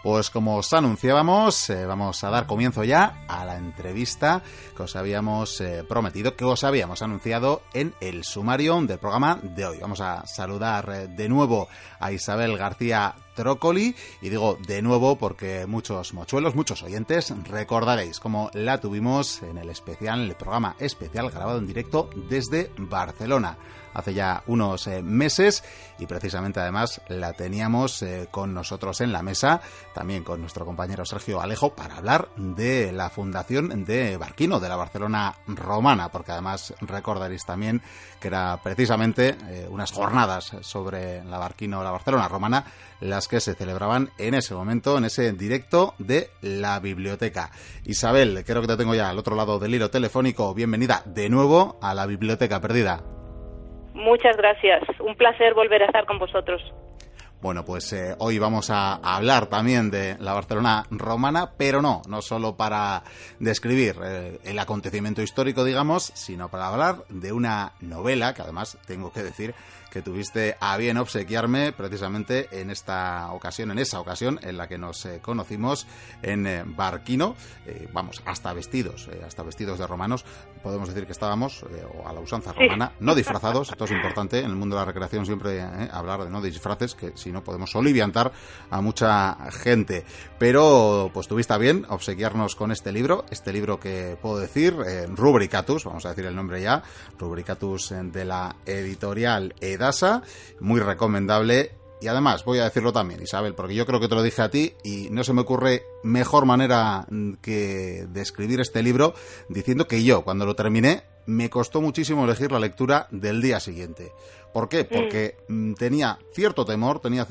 Pues como os anunciábamos, vamos a dar comienzo ya a la entrevista que os habíamos prometido, que os habíamos anunciado en el sumario del programa de hoy. Vamos a saludar de nuevo a Isabel García Trócoli, y digo de nuevo porque muchos mochuelos, muchos oyentes, recordaréis cómo la tuvimos en el programa especial grabado en directo desde Barcelona hace ya unos meses, y precisamente además la teníamos con nosotros en la mesa, también con nuestro compañero Sergio Alejo, para hablar de la fundación de Barquino, de la Barcelona romana, porque además recordaréis también que era precisamente unas jornadas sobre la Barquino, la Barcelona romana, las que se celebraban en ese momento, en ese directo de la biblioteca. Isabel, creo que te tengo ya al otro lado del hilo telefónico. Bienvenida de nuevo a la Biblioteca Perdida. Muchas gracias, un placer volver a estar con vosotros. Bueno, pues hoy vamos a hablar también de la Barcelona romana, pero no solo para describir el acontecimiento histórico, digamos, sino para hablar de una novela que además tengo que decir que tuviste a bien obsequiarme precisamente en esa ocasión en la que nos conocimos en Barquino, hasta vestidos de romanos, podemos decir que estábamos, o a la usanza romana, no disfrazados. Esto es importante en el mundo de la recreación siempre hablar de no disfraces, que si no podemos soliviantar a mucha gente. Pero pues tuviste a bien obsequiarnos con este libro que puedo decir, Rubricatus, vamos a decir el nombre ya, Rubricatus de la editorial Edasa, muy recomendable. Y además, voy a decirlo también, Isabel, porque yo creo que te lo dije a ti y no se me ocurre mejor manera que describir este libro diciendo que yo, cuando lo terminé, me costó muchísimo elegir la lectura del día siguiente. ¿Por qué? Porque tenía cierto temor, tenía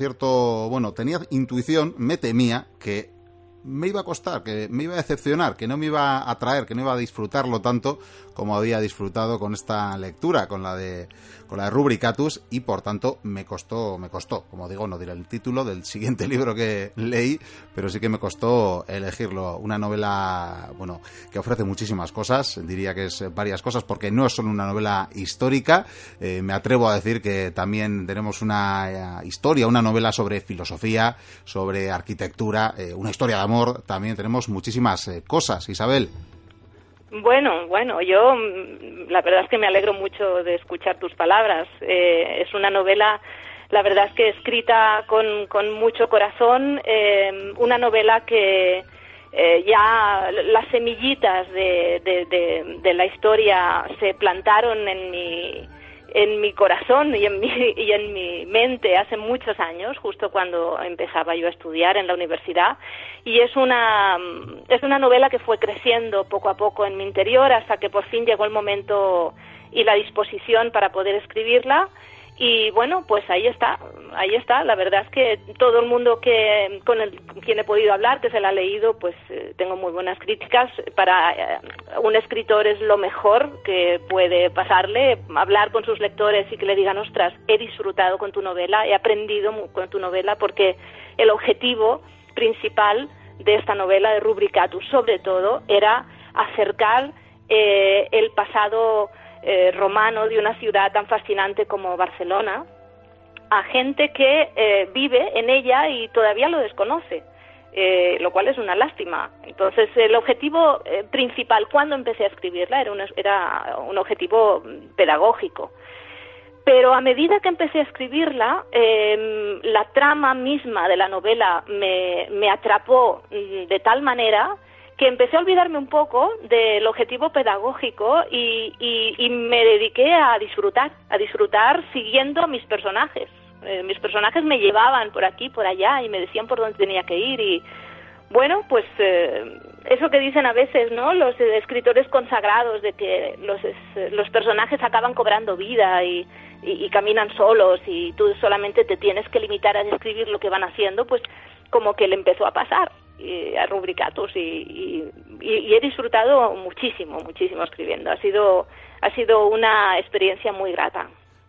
intuición, me temía que me iba a costar, que me iba a decepcionar, que no me iba a atraer, que no iba a disfrutarlo tanto como había disfrutado con esta lectura, con la de Rubricatus, y por tanto me costó, como digo, no diré el título del siguiente libro que leí, pero sí que me costó elegirlo. Una novela, que ofrece muchísimas cosas, diría que es varias cosas, porque no es solo una novela histórica, me atrevo a decir que también tenemos una historia, una novela sobre filosofía, sobre arquitectura, una historia de amor, también tenemos muchísimas cosas, Isabel. Bueno, yo la verdad es que me alegro mucho de escuchar tus palabras. Es una novela, la verdad es que escrita con mucho corazón, una novela que ya las semillitas de la historia se plantaron en mi corazón y en mi mente hace muchos años, justo cuando empezaba yo a estudiar en la universidad, y es una novela que fue creciendo poco a poco en mi interior hasta que por fin llegó el momento y la disposición para poder escribirla. Y bueno, pues ahí está. La verdad es que todo el mundo con quien he podido hablar, que se la ha leído, pues tengo muy buenas críticas. Para un escritor es lo mejor que puede pasarle, hablar con sus lectores y que le digan: ostras, he disfrutado con tu novela, he aprendido con tu novela, porque el objetivo principal de esta novela de Rubricatus, sobre todo, era acercar el pasado romano de una ciudad tan fascinante como Barcelona a gente que vive en ella y todavía lo desconoce, lo cual es una lástima. Entonces, el objetivo principal cuando empecé a escribirla era un objetivo pedagógico. Pero a medida que empecé a escribirla, la trama misma de la novela me atrapó de tal manera que empecé a olvidarme un poco del objetivo pedagógico y me dediqué a disfrutar siguiendo a mis personajes. Mis personajes me llevaban por aquí, por allá, y me decían por dónde tenía que ir. Y bueno, pues eso que dicen a veces, ¿no?, los escritores consagrados, de que los personajes acaban cobrando vida y caminan solos y tú solamente te tienes que limitar a describir lo que van haciendo, pues como que le empezó a pasar a Rubricatus y he disfrutado muchísimo escribiendo. Ha sido una experiencia muy grata.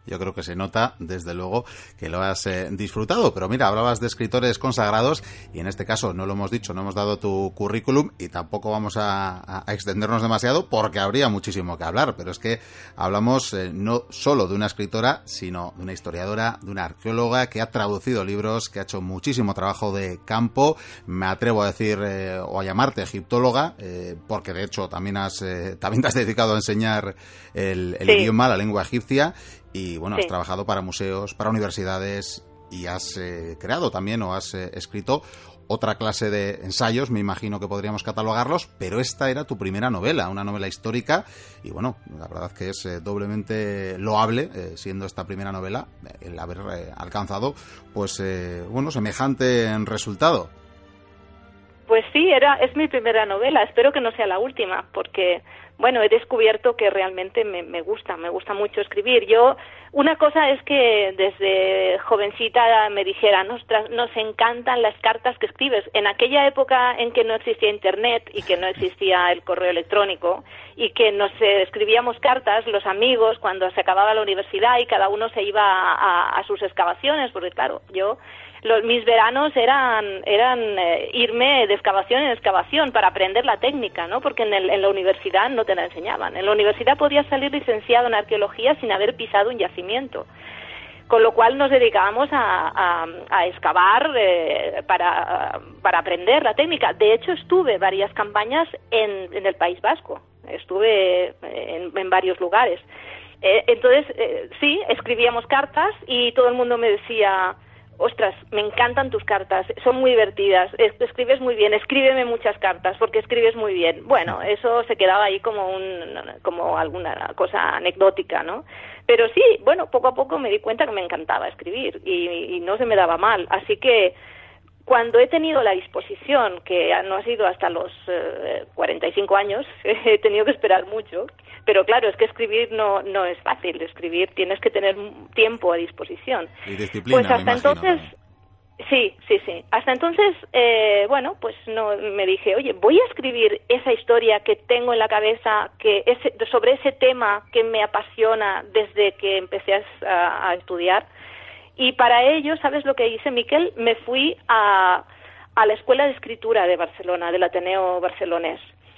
yo creo que se nota, desde luego, que lo has disfrutado. Pero mira, hablabas de escritores consagrados y en este caso no lo hemos dicho, no hemos dado tu currículum y tampoco vamos a extendernos demasiado porque habría muchísimo que hablar. Pero es que hablamos no solo de una escritora, sino de una historiadora, de una arqueóloga que ha traducido libros, que ha hecho muchísimo trabajo de campo. Me atrevo a decir o a llamarte egiptóloga, porque de hecho también te has dedicado a enseñar el idioma, la lengua egipcia. Y bueno, has trabajado para museos, para universidades y has creado también o has escrito otra clase de ensayos, me imagino que podríamos catalogarlos, pero esta era tu primera novela, una novela histórica y bueno, la verdad que es doblemente loable, siendo esta primera novela, el haber alcanzado pues bueno, semejante en resultado. Pues sí, es mi primera novela, espero que no sea la última, porque bueno, he descubierto que realmente me gusta mucho escribir. Una cosa es que desde jovencita me dijeran, ostras, nos encantan las cartas que escribes. En aquella época en que no existía internet y que no existía el correo electrónico y que nos escribíamos cartas, los amigos, cuando se acababa la universidad y cada uno se iba a sus excavaciones, porque claro, mis veranos eran irme de excavación en excavación para aprender la técnica, ¿no? Porque en la universidad no te la enseñaban. En la universidad podías salir licenciado en arqueología sin haber pisado un yacimiento. Con lo cual nos dedicábamos a excavar para aprender la técnica. De hecho, estuve varias campañas en el País Vasco. Estuve en varios lugares. Entonces, sí, escribíamos cartas y todo el mundo me decía, ostras, me encantan tus cartas, son muy divertidas, escribes muy bien, escríbeme muchas cartas porque escribes muy bien. Bueno, eso se quedaba ahí como alguna cosa anecdótica, ¿no? Pero sí, bueno, poco a poco me di cuenta que me encantaba escribir y no se me daba mal. Así que cuando he tenido la disposición, que no ha sido hasta los 45 años, he tenido que esperar mucho, pero claro, es que escribir no es fácil, escribir tienes que tener tiempo a disposición. Y disciplina, pues hasta entonces, sí. Hasta entonces, bueno, pues me dije, oye, voy a escribir esa historia que tengo en la cabeza, sobre ese tema que me apasiona desde que empecé a estudiar. Y para ello, ¿sabes lo que hice, Miquel? Me fui a la Escuela de Escritura de Barcelona, del Ateneo barcelonés.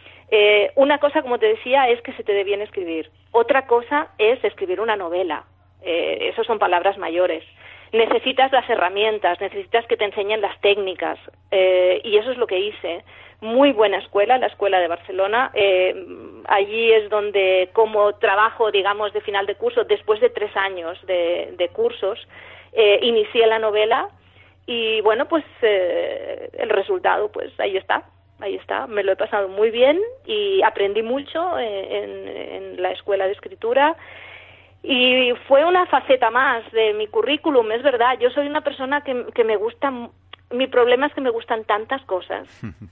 Una cosa, como te decía, es que se te dé bien escribir. Otra cosa es escribir una novela. Esas son palabras mayores. Necesitas las herramientas, necesitas que te enseñen las técnicas. Y eso es lo que hice. Muy buena escuela, la Escuela de Barcelona. Allí es donde, como trabajo, digamos, de final de curso, después de 3 años de cursos, inicié la novela y bueno, pues el resultado, pues ahí está, me lo he pasado muy bien y aprendí mucho en la Escuela de Escritura y fue una faceta más de mi currículum. Es verdad, yo soy una persona que me gusta, mi problema es que me gustan tantas cosas,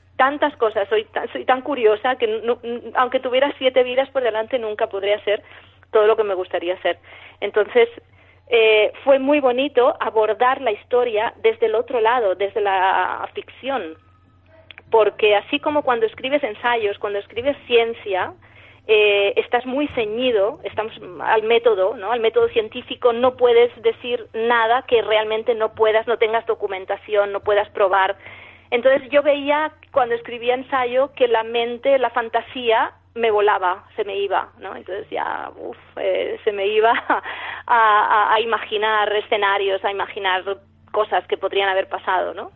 soy tan curiosa que aunque tuviera 7 vidas por delante nunca podría hacer todo lo que me gustaría hacer. Entonces fue muy bonito abordar la historia desde el otro lado, desde la ficción, porque así como cuando escribes ensayos, cuando escribes ciencia, estás muy ceñido, estamos al método, ¿no? Al método científico, no puedes decir nada que realmente no tengas documentación, no puedas probar. Entonces yo veía cuando escribía ensayo que la mente, la fantasía me volaba, se me iba, ¿no? Entonces ya, se me iba a imaginar escenarios, a imaginar cosas que podrían haber pasado, ¿no?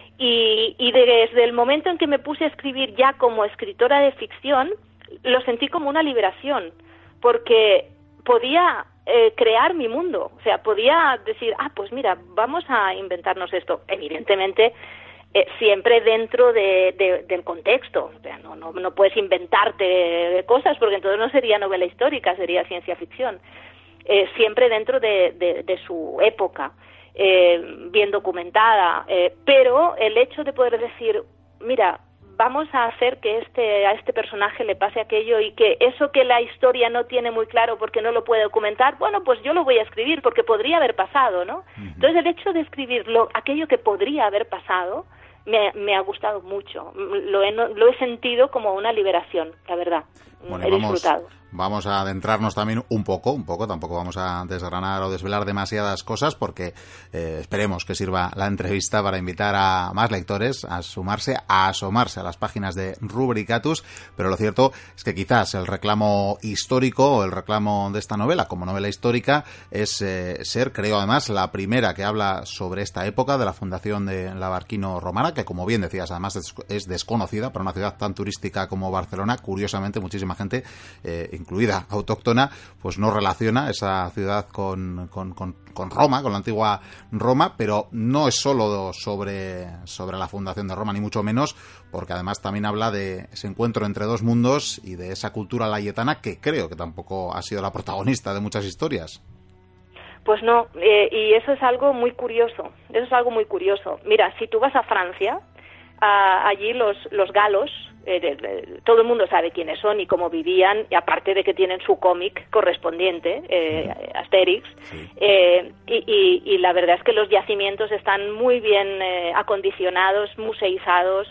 Y desde el momento en que me puse a escribir ya como escritora de ficción, lo sentí como una liberación, porque podía crear mi mundo, o sea, podía decir, pues mira, vamos a inventarnos esto. Evidentemente, siempre dentro del contexto, o sea, no puedes inventarte cosas porque entonces no sería novela histórica, sería ciencia ficción. Siempre dentro de su época, bien documentada, pero el hecho de poder decir, mira, vamos a hacer que a este personaje le pase aquello y que eso que la historia no tiene muy claro porque no lo puede documentar, bueno, pues yo lo voy a escribir porque podría haber pasado, ¿no? Uh-huh. Entonces el hecho de escribir aquello que podría haber pasado me ha gustado mucho. Lo he sentido como una liberación, la verdad. Bueno, he disfrutado. Vamos a adentrarnos también un poco, tampoco vamos a desgranar o desvelar demasiadas cosas porque esperemos que sirva la entrevista para invitar a más lectores a asomarse a las páginas de Rubricatus, pero lo cierto es que quizás el reclamo histórico o el reclamo de esta novela como novela histórica es ser, creo además, la primera que habla sobre esta época de la fundación de la Barquino Romana, que como bien decías, además es desconocida para una ciudad tan turística como Barcelona. Curiosamente, muchísima gente, incluida autóctona, pues no relaciona esa ciudad con Roma, con la antigua Roma, pero no es solo sobre la fundación de Roma, ni mucho menos, porque además también habla de ese encuentro entre dos mundos y de esa cultura layetana que creo que tampoco ha sido la protagonista de muchas historias. Pues no, y eso es algo muy curioso, Mira, si tú vas a Francia, allí los galos, todo el mundo sabe quiénes son y cómo vivían, y aparte de que tienen su cómic correspondiente, Asterix, sí. Y la verdad es que los yacimientos están muy bien acondicionados, museizados,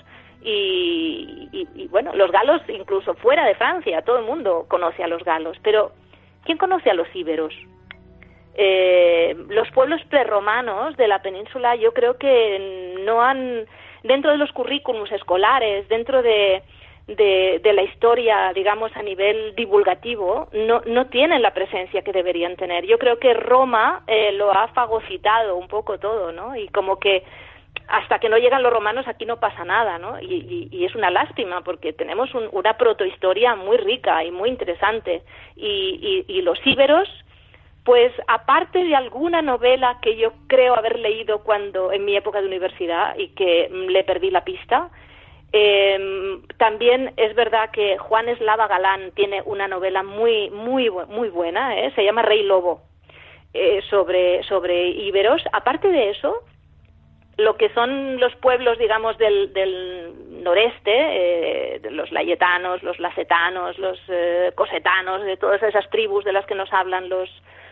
y bueno, los galos incluso fuera de Francia, todo el mundo conoce a los galos, pero ¿quién conoce a los íberos? Los pueblos prerromanos de la península yo creo que no han, dentro de los currículums escolares, dentro de la historia, digamos, a nivel divulgativo, no tienen la presencia que deberían tener. Yo creo que Roma lo ha fagocitado un poco todo, ¿no? Y como que hasta que no llegan los romanos aquí no pasa nada, ¿no? Y es una lástima porque tenemos una protohistoria muy rica y muy interesante. Y los íberos, pues aparte de alguna novela que yo creo haber leído cuando en mi época de universidad y que le perdí la pista, también es verdad que Juan Eslava Galán tiene una novela muy buena, se llama Rey Lobo, sobre íberos. Aparte de eso, lo que son los pueblos, digamos, del noreste, de los layetanos, los lacetanos, los cosetanos, de todas esas tribus de las que nos hablan los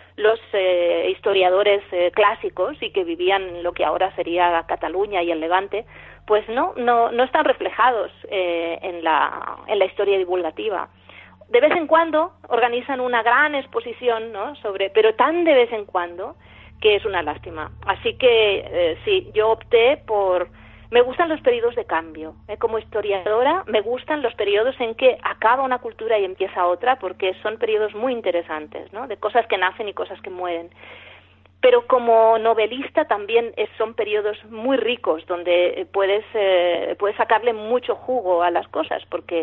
historiadores clásicos y que vivían en lo que ahora sería Cataluña y el Levante, pues no están reflejados en la historia divulgativa. De vez en cuando organizan una gran exposición, ¿no? Pero tan de vez en cuando que es una lástima. Así que sí, yo opté por... Me gustan los periodos de cambio. Como historiadora, me gustan los periodos en que acaba una cultura y empieza otra, porque son periodos muy interesantes, ¿no? De cosas que nacen y cosas que mueren. Pero como novelista también son periodos muy ricos, donde puedes sacarle mucho jugo a las cosas, porque,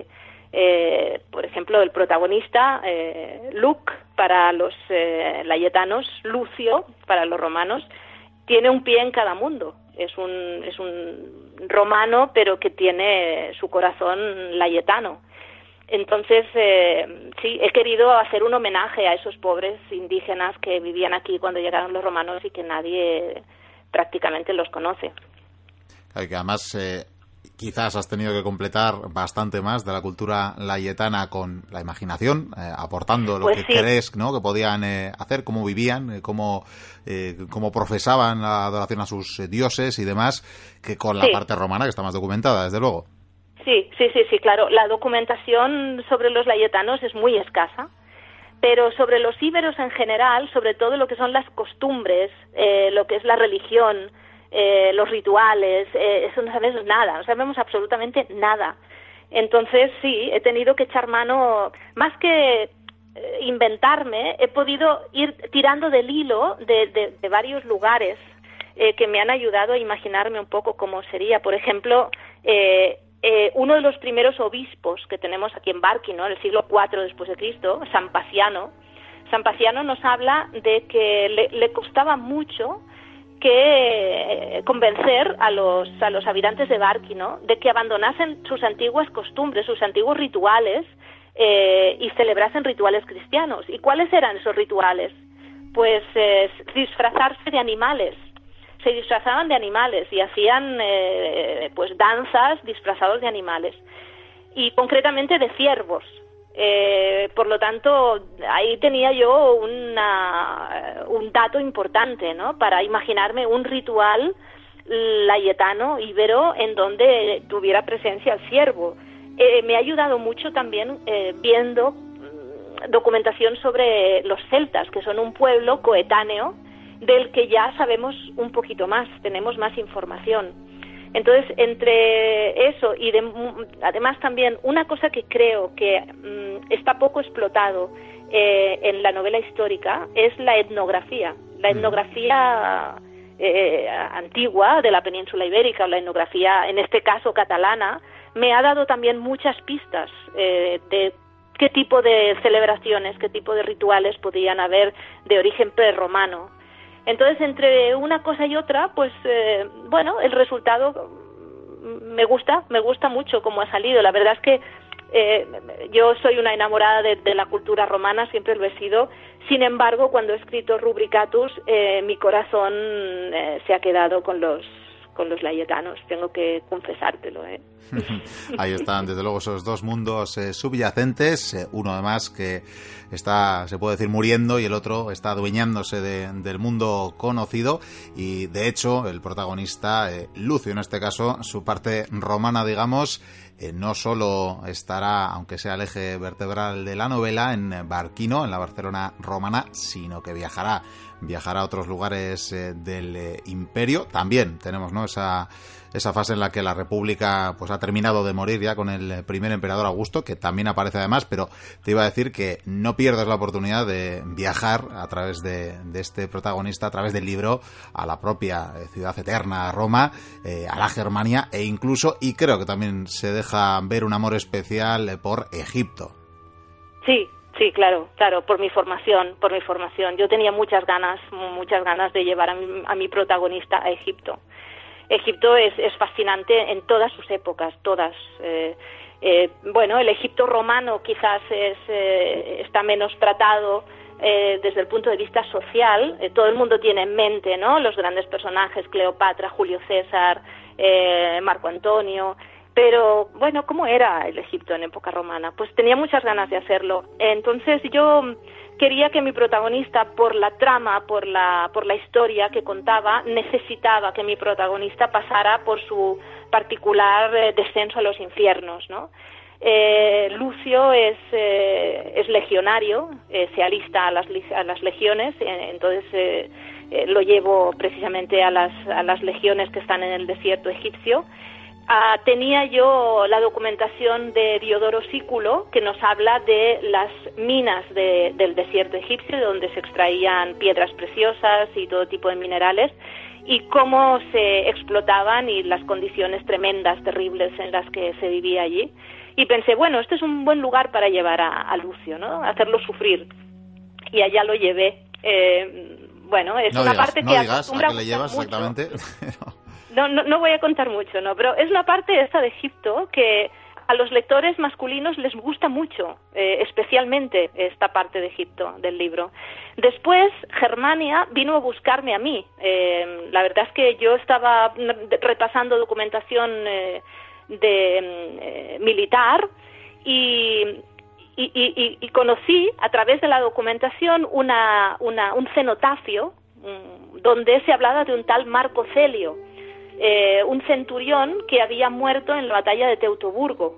por ejemplo, el protagonista, Luc, para los layetanos, Lucio, para los romanos, tiene un pie en cada mundo. Es un romano, pero que tiene su corazón layetano. Entonces, sí, he querido hacer un homenaje a esos pobres indígenas que vivían aquí cuando llegaron los romanos y que nadie prácticamente los conoce. Claro, que además quizás has tenido que completar bastante más de la cultura layetana con la imaginación, aportando lo que crees, ¿no?, que podían hacer, cómo vivían, cómo profesaban la adoración a sus dioses y demás, que con la parte romana, que está más documentada, desde luego. Sí, claro. La documentación sobre los layetanos es muy escasa, pero sobre los íberos en general, sobre todo lo que son las costumbres, lo que es la religión, los rituales, eso no sabemos nada, no sabemos absolutamente nada. Entonces sí, he tenido que echar mano, más que inventarme, he podido ir tirando del hilo de varios lugares que me han ayudado a imaginarme un poco cómo sería. Por ejemplo, uno de los primeros obispos que tenemos aquí en Barquino, en el siglo IV después de Cristo, San Paciano nos habla de que le costaba mucho que convencer a los habitantes de Barquino de que abandonasen sus antiguas costumbres, sus antiguos rituales, y celebrasen rituales cristianos. ¿Y cuáles eran esos rituales? Pues disfrazarse de animales. Se disfrazaban de animales y hacían pues danzas disfrazados de animales, y concretamente de ciervos. Por lo tanto, ahí tenía yo un dato importante, ¿no?, para imaginarme un ritual layetano, íbero, en donde tuviera presencia el ciervo. Me ha ayudado mucho también viendo documentación sobre los celtas, que son un pueblo coetáneo del que ya sabemos un poquito más, tenemos más información. Entonces, entre eso y además también una cosa que creo que está poco explotado en la novela histórica es la etnografía. La etnografía antigua de la península ibérica, o la etnografía, en este caso catalana, me ha dado también muchas pistas de qué tipo de celebraciones, qué tipo de rituales podían haber de origen prerromano. Entonces, entre una cosa y otra, pues, bueno, el resultado me gusta mucho cómo ha salido. La verdad es que yo soy una enamorada de la cultura romana, siempre lo he sido. Sin embargo, cuando he escrito Rubricatus, mi corazón se ha quedado con los layetanos, tengo que confesártelo. Ahí están, desde luego, esos dos mundos subyacentes, uno además que está, se puede decir, muriendo, y el otro está adueñándose del mundo conocido, y de hecho el protagonista, Lucio en este caso, su parte romana, digamos, no solo estará, aunque sea el eje vertebral de la novela, en Barquino, en la Barcelona romana, sino que viajará a otros lugares del imperio. También tenemos, ¿no?, esa fase en la que la República pues ha terminado de morir ya con el primer emperador Augusto, que también aparece además, pero te iba a decir que no pierdas la oportunidad de viajar a través de este protagonista, a través del libro, a la propia ciudad eterna, a Roma, a la Germania, e incluso, y creo que también se deja ver un amor especial por Egipto. Sí, claro, por mi formación. Yo tenía muchas ganas de llevar a mi protagonista a Egipto. Egipto es fascinante en todas sus épocas, todas. Bueno, el Egipto romano quizás está menos tratado desde el punto de vista social. Todo el mundo tiene en mente, ¿no?, los grandes personajes, Cleopatra, Julio César, Marco Antonio. Pero, bueno, ¿cómo era el Egipto en época romana? Pues tenía muchas ganas de hacerlo. Entonces yo quería que mi protagonista, por la trama, por la historia que contaba, necesitaba que mi protagonista pasara por su particular descenso a los infiernos, ¿no? Lucio es legionario, se alista a las legiones, entonces lo llevo precisamente a las legiones que están en el desierto egipcio. Tenía yo la documentación de Diodoro Sículo, que nos habla de las minas del desierto egipcio, donde se extraían piedras preciosas y todo tipo de minerales, y cómo se explotaban y las condiciones tremendas, terribles en las que se vivía allí. Y pensé, bueno, este es un buen lugar para llevar a Lucio, ¿no?, hacerlo sufrir. Y allá lo llevé. Bueno, es una parte que acostumbra a qué le llevas exactamente. No voy a contar mucho, ¿no? Pero es una parte esta de Egipto que a los lectores masculinos les gusta mucho, especialmente esta parte de Egipto del libro. Después, Germania vino a buscarme a mí. La verdad es que yo estaba repasando documentación militar y conocí a través de la documentación un cenotafio donde se hablaba de un tal Marco Celio, un centurión que había muerto en la batalla de Teutoburgo.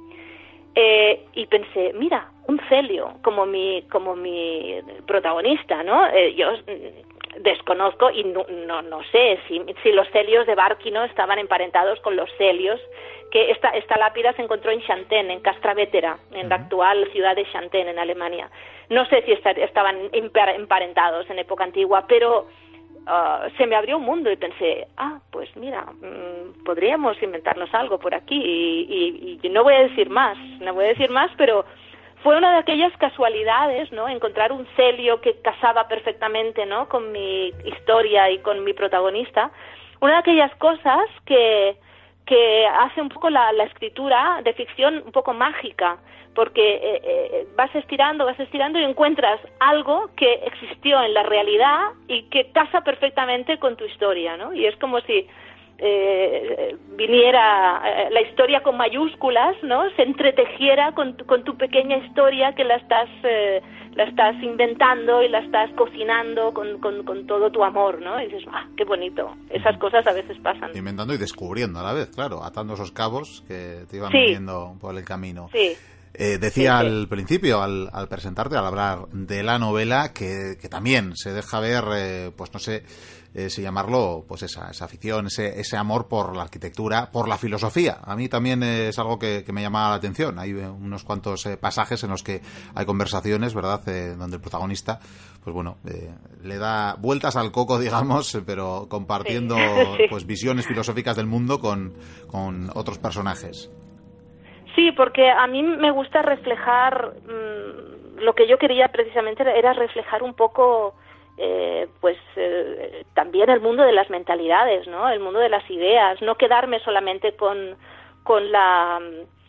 Y pensé, mira, un Celio como mi protagonista, ¿no? Yo desconozco y no sé si los celios de Barquino estaban emparentados con los celios, que esta lápida se encontró en Xanten, en Castra Vetera, en la actual ciudad de Xanten, en Alemania. No sé si estaban emparentados en época antigua, pero se me abrió un mundo y pensé, pues mira, podríamos inventarnos algo por aquí, y no voy a decir más, pero fue una de aquellas casualidades, ¿no?, encontrar un celio que casaba perfectamente, ¿no?, con mi historia y con mi protagonista. Una de aquellas cosas que hace un poco la escritura de ficción un poco mágica, porque vas estirando y encuentras algo que existió en la realidad y que casa perfectamente con tu historia, ¿no? Y es como si viniera la historia con mayúsculas, ¿no? Se entretejiera con tu pequeña historia que la estás inventando y la estás cocinando con todo tu amor, ¿no? Y dices, qué bonito. Esas cosas a veces pasan. Inventando y descubriendo a la vez, claro, atando esos cabos que te iban metiendo por el camino. Sí. Decía al principio, al presentarte, al hablar de la novela, que también se deja ver, pues no sé si llamarlo, pues esa afición, ese amor por la arquitectura, por la filosofía. A mí también es algo que me llama la atención. Hay unos cuantos pasajes en los que hay conversaciones, ¿verdad?, donde el protagonista, pues bueno, le da vueltas al coco, digamos, pero compartiendo pues visiones filosóficas del mundo con otros personajes. Sí, porque a mí me gusta reflejar, lo que yo quería precisamente era reflejar un poco, también el mundo de las mentalidades, ¿no? El mundo de las ideas, no quedarme solamente con la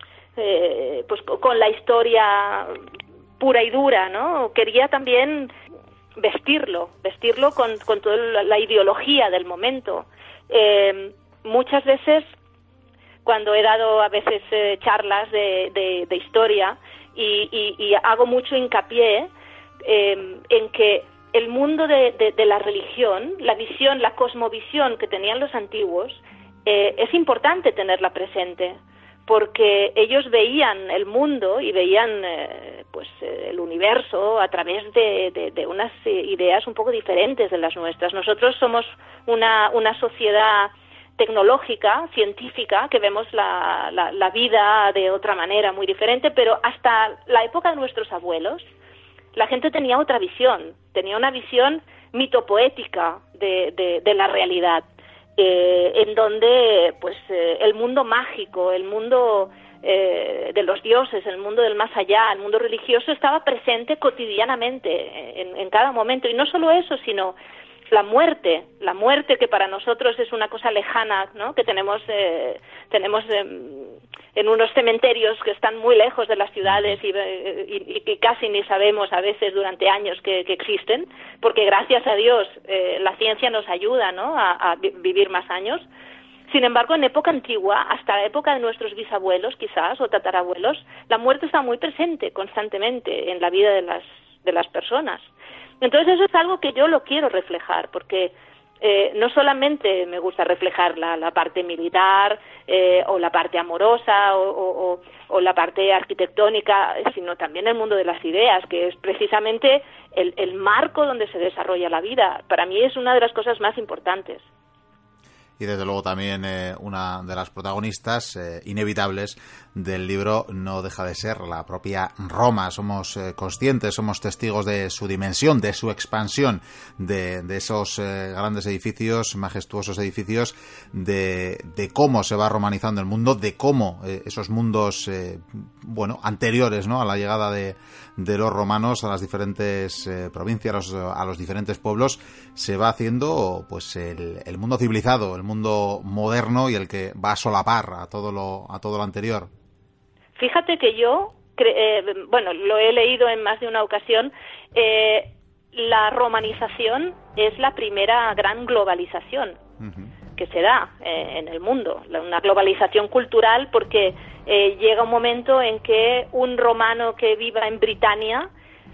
historia pura y dura, ¿no? Quería también vestirlo con toda la ideología del momento. Muchas veces, cuando he dado a veces charlas de historia y hago mucho hincapié en que el mundo de la religión, la visión, la cosmovisión que tenían los antiguos, es importante tenerla presente, porque ellos veían el mundo y veían el universo a través de unas ideas un poco diferentes de las nuestras. Nosotros somos una sociedad tecnológica, científica, que vemos la vida de otra manera muy diferente, pero hasta la época de nuestros abuelos la gente tenía otra visión, tenía una visión mitopoética de la realidad, en donde el mundo mágico, el mundo de los dioses, el mundo del más allá, el mundo religioso estaba presente cotidianamente en cada momento. Y no solo eso, sino la muerte que para nosotros es una cosa lejana, ¿no? Que tenemos en unos cementerios que están muy lejos de las ciudades y que casi ni sabemos a veces durante años que existen, porque gracias a Dios la ciencia nos ayuda, ¿no?, a vivir más años. Sin embargo, en época antigua, hasta la época de nuestros bisabuelos quizás, o tatarabuelos, la muerte está muy presente constantemente en la vida de las personas. Entonces eso es algo que yo lo quiero reflejar, porque no solamente me gusta reflejar la parte militar o la parte amorosa o la parte arquitectónica, sino también el mundo de las ideas, que es precisamente el marco donde se desarrolla la vida. Para mí es una de las cosas más importantes. Y desde luego también una de las protagonistas inevitables del libro no deja de ser la propia Roma. Somos conscientes, somos testigos de su dimensión, de su expansión, de esos grandes edificios, majestuosos edificios, de cómo se va romanizando el mundo, de cómo esos mundos anteriores, ¿no?, a la llegada de los romanos a las diferentes provincias, a los diferentes pueblos, se va haciendo pues el mundo civilizado, el mundo moderno y el que va a solapar a todo lo anterior. Fíjate que yo, lo he leído en más de una ocasión, la romanización es la primera gran globalización que se da en el mundo, una globalización cultural, porque llega un momento en que un romano que viva en Britania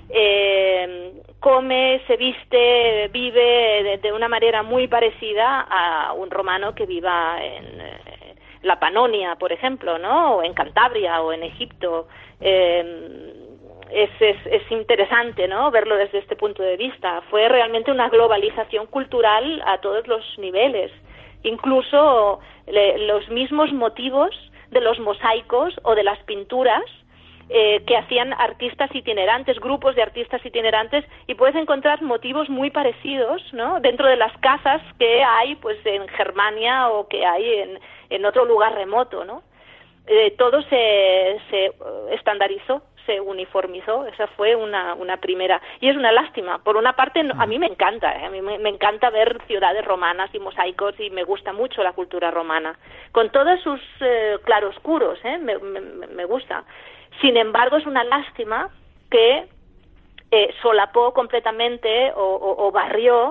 come, se viste, vive de una manera muy parecida a un romano que viva en la Panonia, por ejemplo, ¿no?, o en Cantabria o en Egipto. Es interesante, ¿no?, verlo desde este punto de vista. Fue realmente una globalización cultural a todos los niveles. Incluso los mismos motivos de los mosaicos o de las pinturas que hacían artistas itinerantes, grupos de artistas itinerantes, y puedes encontrar motivos muy parecidos, ¿no?, dentro de las casas que hay pues en Germania o que hay en otro lugar remoto, ¿no? Todo se estandarizó, se uniformizó. Esa fue una primera, y es una lástima. Por una parte, a mí me encanta, a mí me encanta ver ciudades romanas y mosaicos, y me gusta mucho la cultura romana, con todos sus claroscuros, me gusta. Sin embargo, es una lástima que solapó completamente o barrió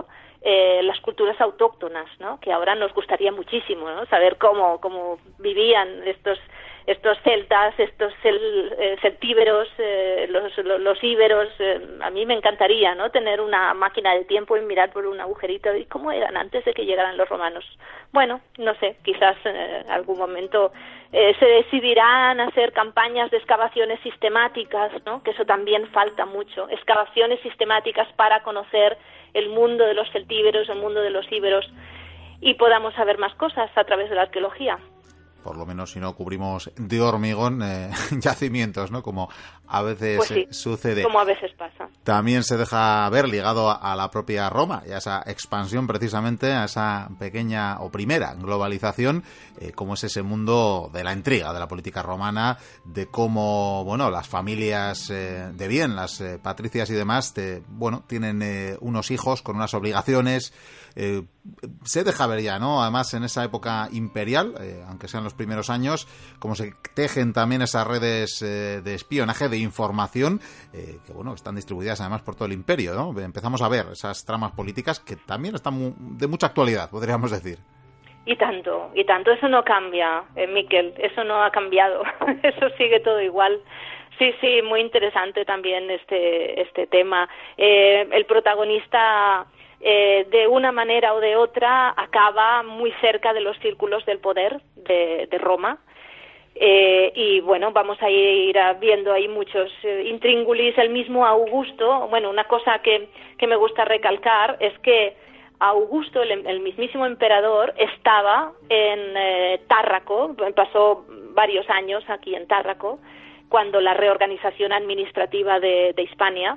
las culturas autóctonas, ¿no? Que ahora nos gustaría muchísimo, ¿no? Saber cómo vivían estos celtas, estos celtíberos, los íberos. A mí me encantaría, ¿no? Tener una máquina del tiempo y mirar por un agujerito y cómo eran antes de que llegaran los romanos. Bueno, no sé, quizás en algún momento se decidirán hacer campañas de excavaciones sistemáticas, ¿no? Que eso también falta mucho, excavaciones sistemáticas para conocer el mundo de los celtíberos, el mundo de los íberos, y podamos saber más cosas a través de la arqueología. Por lo menos si no cubrimos de hormigón yacimientos, ¿no? Como a veces pues sí, sucede. Como a veces pasa. También se deja ver ligado a la propia Roma y a esa expansión precisamente, a esa pequeña o primera globalización, cómo es ese mundo de la intriga, de la política romana, de cómo, bueno, las familias de bien, las patricias y demás, tienen unos hijos con unas obligaciones. Se deja ver ya, ¿no? Además, en esa época imperial, aunque sean los primeros años, como se tejen también esas redes de espionaje, de información, que, bueno, están distribuidas además por todo el imperio, ¿no? Empezamos a ver esas tramas políticas que también están de mucha actualidad, podríamos decir. Y tanto, eso no cambia, Miquel, eso no ha cambiado, eso sigue todo igual. Sí, muy interesante también este tema. El protagonista, de una manera o de otra, acaba muy cerca de los círculos del poder de Roma. Y bueno, vamos a ir viendo ahí muchos intríngulis. El mismo Augusto, bueno, una cosa que me gusta recalcar es que Augusto, el mismísimo emperador, estaba en Tárraco, pasó varios años aquí en Tárraco, cuando la reorganización administrativa de Hispania,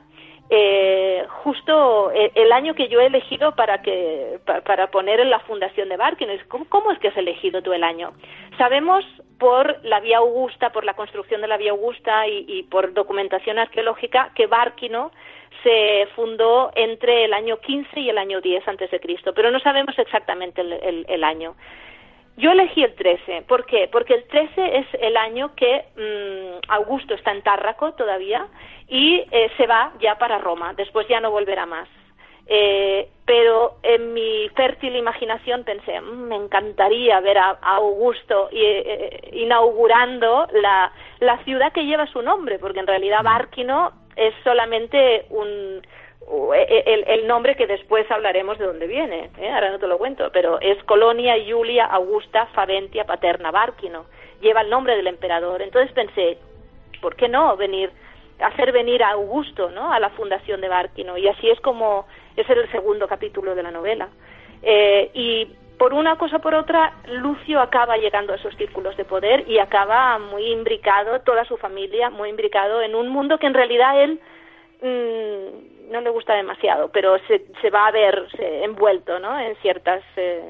justo el año que yo he elegido para poner en la fundación de Bárkino. ¿Cómo es que has elegido tú el año? Sabemos por la Vía Augusta, por la construcción de la Vía Augusta y por documentación arqueológica, que Bárkino se fundó entre el año 15 y el año 10 antes de Cristo, pero no sabemos exactamente el año. Yo elegí el 13. ¿Por qué? Porque el 13 es el año que Augusto está en Tárraco todavía y se va ya para Roma. Después ya no volverá más. Pero en mi fértil imaginación pensé, me encantaría ver a Augusto inaugurando la ciudad que lleva su nombre, porque en realidad Bárkino es solamente el nombre que después hablaremos de dónde viene, ahora no te lo cuento, pero es Colonia Julia Augusta Faventia Paterna Bárkino, lleva el nombre del emperador. Entonces pensé, ¿por qué no hacer venir a Augusto, ¿no?, a la fundación de Bárkino? Y así es como ese es el segundo capítulo de la novela. Y por una cosa o por otra, Lucio acaba llegando a esos círculos de poder y acaba muy imbricado, toda su familia muy imbricado en un mundo que en realidad él no le gusta demasiado, pero se va a ver envuelto, ¿no?, en ciertas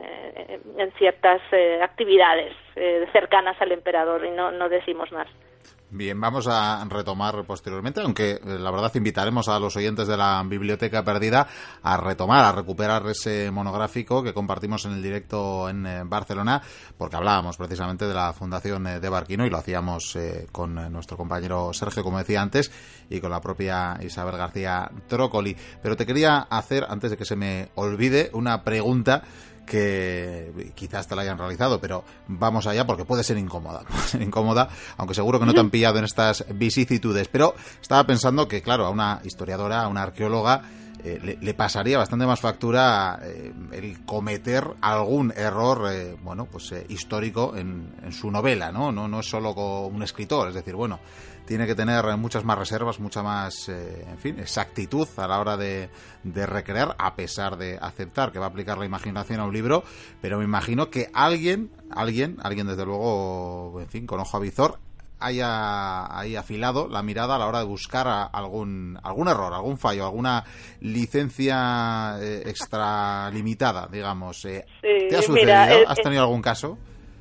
actividades cercanas al emperador, y no decimos más. Bien, vamos a retomar posteriormente, aunque la verdad invitaremos a los oyentes de la Biblioteca Perdida a recuperar ese monográfico que compartimos en el directo en Barcelona, porque hablábamos precisamente de la fundación de Bárkino y lo hacíamos con nuestro compañero Sergio, como decía antes, y con la propia Isabel García Trócoli. Pero te quería hacer, antes de que se me olvide, una pregunta que quizás te la hayan realizado, pero vamos allá porque puede ser incómoda, aunque seguro que no te han pillado en estas vicisitudes. Pero estaba pensando que, claro, a una historiadora, a una arqueóloga, le pasaría bastante más factura el cometer algún error histórico en su novela, no es solo con un escritor, es decir, bueno, tiene que tener muchas más reservas, mucha más exactitud a la hora de recrear, a pesar de aceptar que va a aplicar la imaginación a un libro. Pero me imagino que alguien desde luego, en fin, con ojo avizor, haya ahí afilado la mirada a la hora de buscar algún error, algún fallo, alguna licencia extralimitada, digamos. ¿Te ha sucedido? ¿Has tenido algún caso?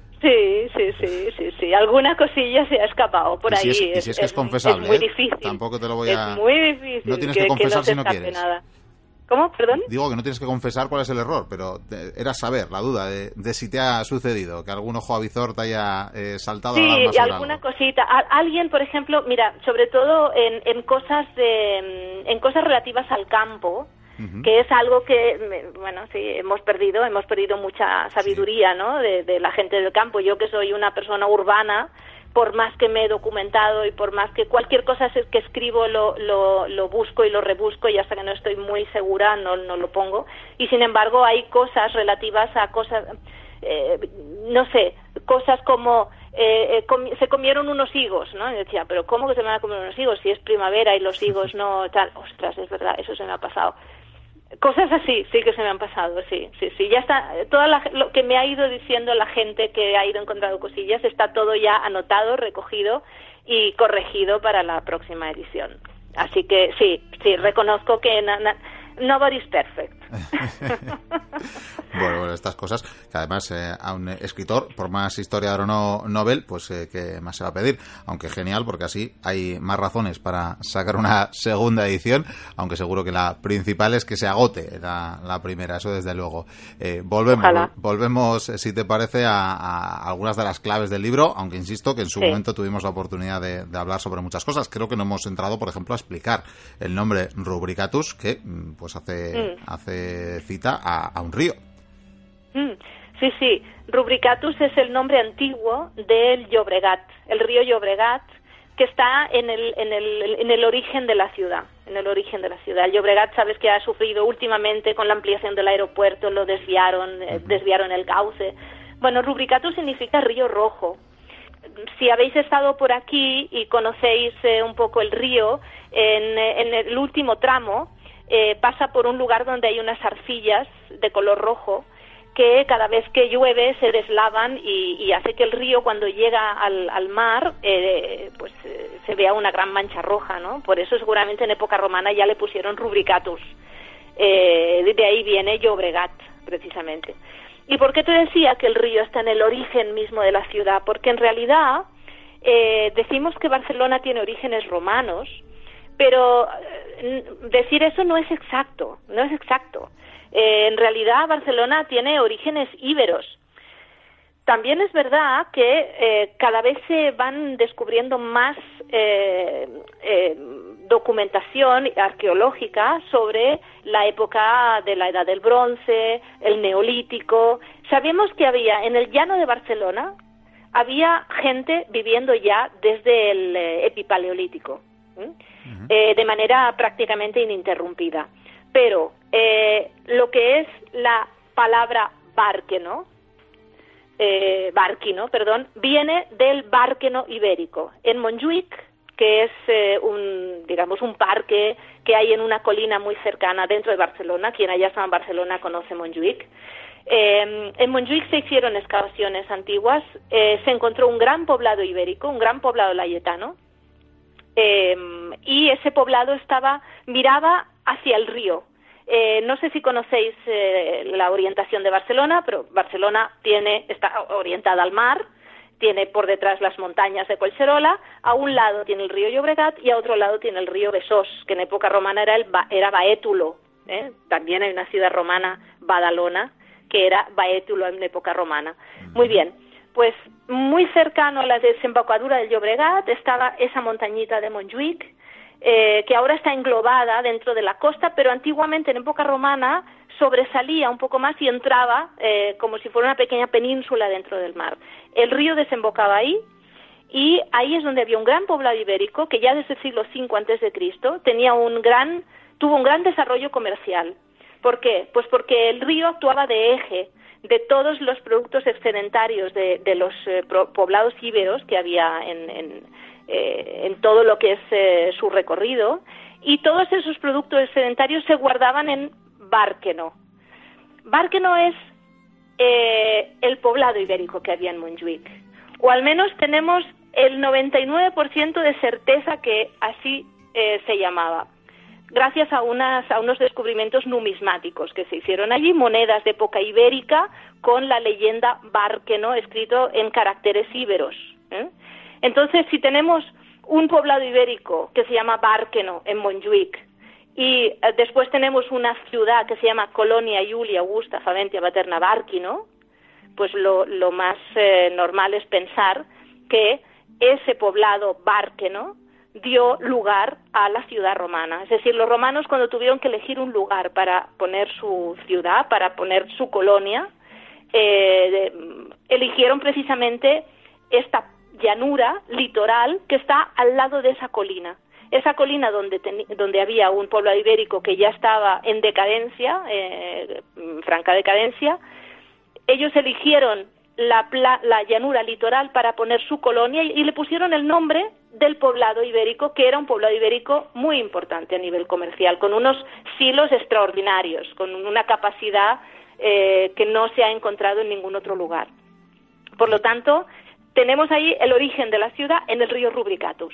Sí. Alguna cosilla se ha escapado por ahí. Si es que es confesable. Es muy difícil. Tampoco te lo voy a... Es muy difícil. No tienes que confesar si no quieres. Nada. ¿Cómo? ¿Perdón? Digo que no tienes que confesar cuál es el error, pero era saber la duda de si te ha sucedido, que algún ojo avizor te haya saltado la alarma. Sí, alguna cosita. Alguien, por ejemplo, mira, sobre todo en cosas relativas al campo, que es algo que, bueno, sí, hemos perdido mucha sabiduría, ¿no?, de la gente del campo. Yo, que soy una persona urbana, por más que me he documentado y por más que cualquier cosa que escribo lo busco y lo rebusco, y hasta que no estoy muy segura no lo pongo. Y sin embargo hay cosas relativas a cosas, no sé, cosas como se comieron unos higos, ¿no? Y decía, pero ¿cómo que se van a comer unos higos si es primavera y los higos no tal? Ostras, es verdad, eso se me ha pasado. Cosas así sí que se me han pasado, sí. Ya está, lo que me ha ido diciendo la gente que ha ido encontrando cosillas, está todo ya anotado, recogido y corregido para la próxima edición. Así que sí, reconozco que nobody's perfect. Bueno, estas cosas que además a un escritor, por más historiador o no novel, pues que más se va a pedir, aunque genial, porque así hay más razones para sacar una segunda edición, aunque seguro que la principal es que se agote la primera, eso desde luego. Volvemos, si te parece, a algunas de las claves del libro, aunque insisto que en su momento tuvimos la oportunidad de hablar sobre muchas cosas. Creo que no hemos entrado, por ejemplo, a explicar el nombre Rubricatus, que pues hace cita a un río. Sí. Rubricatus es el nombre antiguo del Llobregat, el río Llobregat, que está en el origen de la ciudad. El Llobregat, sabes que ha sufrido últimamente con la ampliación del aeropuerto, lo desviaron el cauce. Bueno, Rubricatus significa río rojo. Si habéis estado por aquí y conocéis un poco el río, en el último tramo pasa por un lugar donde hay unas arcillas de color rojo que cada vez que llueve se deslavan y hace que el río, cuando llega al mar, se vea una gran mancha roja, ¿no? Por eso seguramente en época romana ya le pusieron Rubricatus. De ahí viene Llobregat, precisamente. ¿Y por qué te decía que el río está en el origen mismo de la ciudad? Porque en realidad decimos que Barcelona tiene orígenes romanos, pero decir eso no es exacto. En realidad Barcelona tiene orígenes íberos. También es verdad que cada vez se van descubriendo más documentación arqueológica sobre la época de la Edad del Bronce, el Neolítico. Sabemos que en el llano de Barcelona había gente viviendo ya desde el Epipaleolítico, de manera prácticamente ininterrumpida. Pero lo que es la palabra bárqueno, viene del bárqueno ibérico. En Montjuïc, que es un parque que hay en una colina muy cercana dentro de Barcelona, quien haya estado en Barcelona conoce Montjuïc. En Montjuïc se hicieron excavaciones antiguas, se encontró un gran poblado ibérico, un gran poblado layetano, y ese poblado miraba hacia el río. No sé si conocéis la orientación de Barcelona, pero Barcelona está orientada al mar, tiene por detrás las montañas de Collserola, a un lado tiene el río Llobregat y a otro lado tiene el río Besós, que en época romana era Baétulo. También hay una ciudad romana, Badalona, que era Baétulo en época romana. Muy bien, pues muy cercano a la desembocadura del Llobregat estaba esa montañita de Montjuïc, que ahora está englobada dentro de la costa, pero antiguamente en época romana sobresalía un poco más y entraba como si fuera una pequeña península dentro del mar. El río desembocaba ahí, y ahí es donde había un gran poblado ibérico que ya desde el siglo V a.C. tuvo un gran desarrollo comercial. ¿Por qué? Pues porque el río actuaba de eje de todos los productos excedentarios de los poblados íberos que había en todo lo que es su recorrido, y todos esos productos excedentarios se guardaban en Bárqueno. Bárqueno es el poblado ibérico que había en Montjuïc, o al menos tenemos el 99% de certeza que así se llamaba, gracias a unos descubrimientos numismáticos que se hicieron allí, monedas de época ibérica con la leyenda Bárqueno escrito en caracteres íberos. Entonces, si tenemos un poblado ibérico que se llama Bárqueno en Montjuïc, y después tenemos una ciudad que se llama Colonia Iulia Augusta Faventia Paterna Bárquino, pues lo más normal es pensar que ese poblado Bárqueno dio lugar a la ciudad romana. Es decir, los romanos, cuando tuvieron que elegir un lugar para poner su ciudad, para poner su colonia, eligieron precisamente esta llanura litoral que está al lado de esa colina. Esa colina donde había un poblado ibérico que ya estaba en decadencia, franca decadencia, ellos eligieron la llanura litoral para poner su colonia y le pusieron el nombre del poblado ibérico, que era un poblado ibérico muy importante a nivel comercial, con unos silos extraordinarios, con una capacidad que no se ha encontrado en ningún otro lugar. Por lo tanto, tenemos ahí el origen de la ciudad en el río Rubricatus.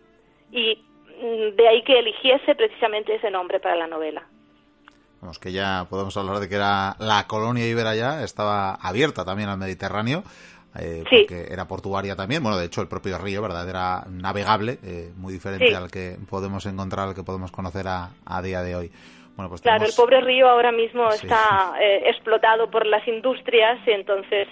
Y de ahí que eligiese precisamente ese nombre para la novela. Vamos, que ya podemos hablar de que era la colonia íbera ya, estaba abierta también al Mediterráneo, sí, porque era portuaria también. Bueno, de hecho, el propio río, ¿verdad?, era navegable, muy diferente sí, al que podemos encontrar, al que podemos conocer a día de hoy. Bueno, pues claro, tenemos... el pobre río ahora mismo sí, está explotado por las industrias, y entonces